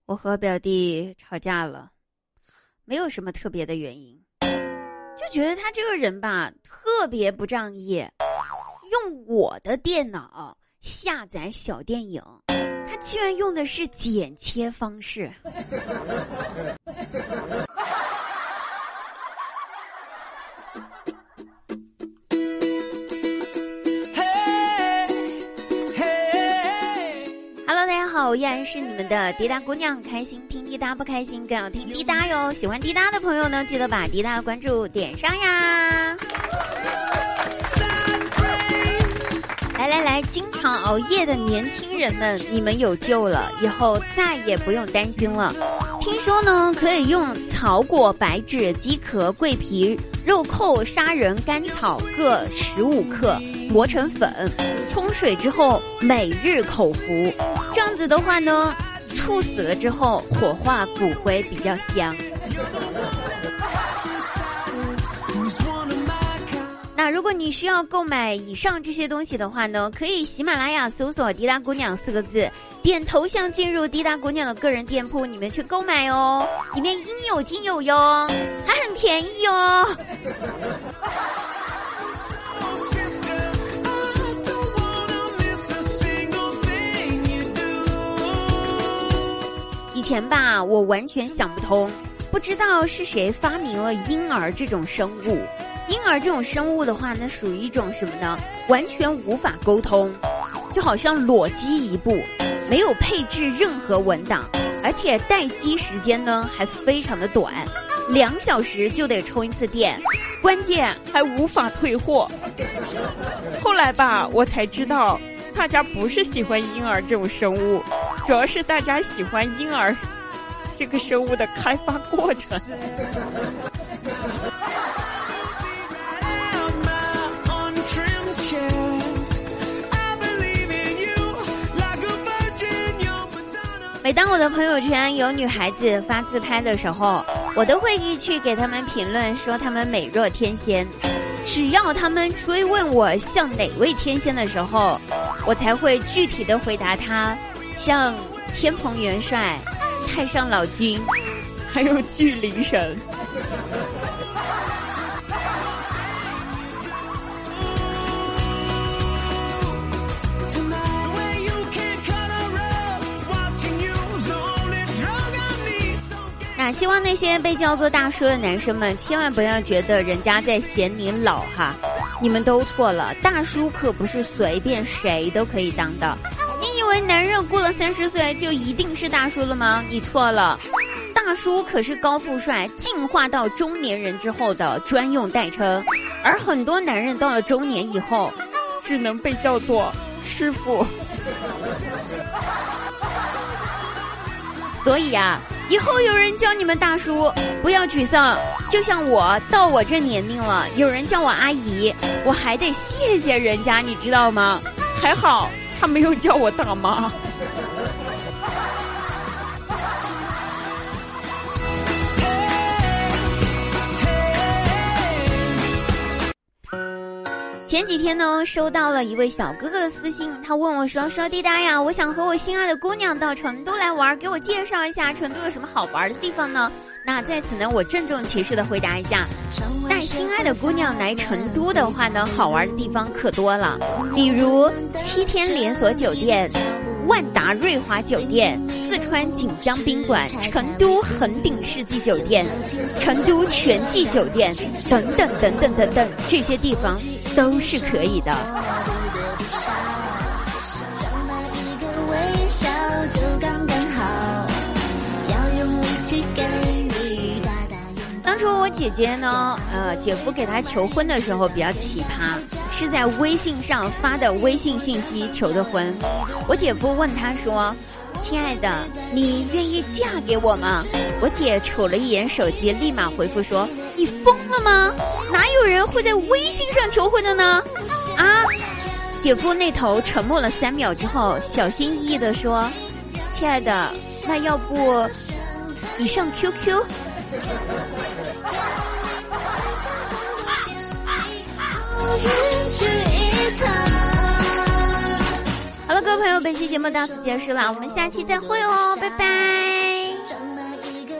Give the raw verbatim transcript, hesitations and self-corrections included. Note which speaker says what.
Speaker 1: 我和表弟吵架了，没有什么特别的原因，就觉得他这个人吧，特别不仗义，用我的电脑下载小电影，他居然用的是剪切方式。好，依然是你们的滴答姑娘，开心听滴答，不开心更要听滴答哟。喜欢滴答的朋友呢，记得把滴答的关注点上呀。来来来，经常熬夜的年轻人们，你们有救了，以后再也不用担心了。听说呢，可以用草果、白芷、鸡壳、桂皮、肉蔻、砂仁、甘草各十五克，磨成粉，冲水之后每日口服。这样子的话呢，猝死了之后火化骨灰比较香。那如果你需要购买以上这些东西的话呢，可以喜马拉雅搜索滴答姑娘四个字，点头像进入滴答姑娘的个人店铺里面去购买哦，里面应有尽有哟，还很便宜哟。以前吧，我完全想不通，不知道是谁发明了婴儿这种生物。婴儿这种生物的话呢，属于一种什么呢？完全无法沟通，就好像裸机一部，没有配置任何文档，而且待机时间呢还非常的短，两小时就得充一次电，关键还无法退货。
Speaker 2: 后来吧，我才知道，大家不是喜欢婴儿这种生物，主要是大家喜欢婴儿这个生物的开发过程。
Speaker 1: 每当我的朋友圈有女孩子发自拍的时候，我都会去给他们评论说他们美若天仙。只要他们追问我像哪位天仙的时候，我才会具体的回答他，像天蓬元帅、太上老君，
Speaker 2: 还有巨灵神。
Speaker 1: 那希望那些被叫做大叔的男生们千万不要觉得人家在嫌你老哈，你们都错了，大叔可不是随便谁都可以当的。你以为男人过了三十岁就一定是大叔了吗？你错了，大叔可是高富帅进化到中年人之后的专用代称，而很多男人到了中年以后
Speaker 2: 只能被叫做师傅。
Speaker 1: 所以啊，以后有人叫你们大叔，不要沮丧。就像我到我这年龄了，有人叫我阿姨，我还得谢谢人家，你知道吗？
Speaker 2: 还好他没有叫我大妈。
Speaker 1: 前几天呢，收到了一位小哥哥的私信，他问我说说滴答呀，我想和我心爱的姑娘到成都来玩，给我介绍一下成都有什么好玩的地方呢？那在此呢，我郑重其事的回答一下，带心爱的姑娘来成都的话呢，好玩的地方可多了，比如七天连锁酒店、万达瑞华酒店、四川锦江宾馆、成都恒鼎世纪酒店、成都全季酒店等等等等等等，这些地方都是可以的。当初我姐姐呢，呃，姐夫给她求婚的时候比较奇葩，是在微信上发的微信信息求的婚。我姐夫问她说：“亲爱的，你愿意嫁给我吗？”我姐瞅了一眼手机，立马回复说：“你疯了吗？哪有人会在微信上求婚的呢？”啊！姐夫那头沉默了三秒之后，小心翼翼地说：“亲爱的，那要不你上 Q Q？” 好了，各位朋友，本期节目到此结束了，我们下期再会哦，拜拜。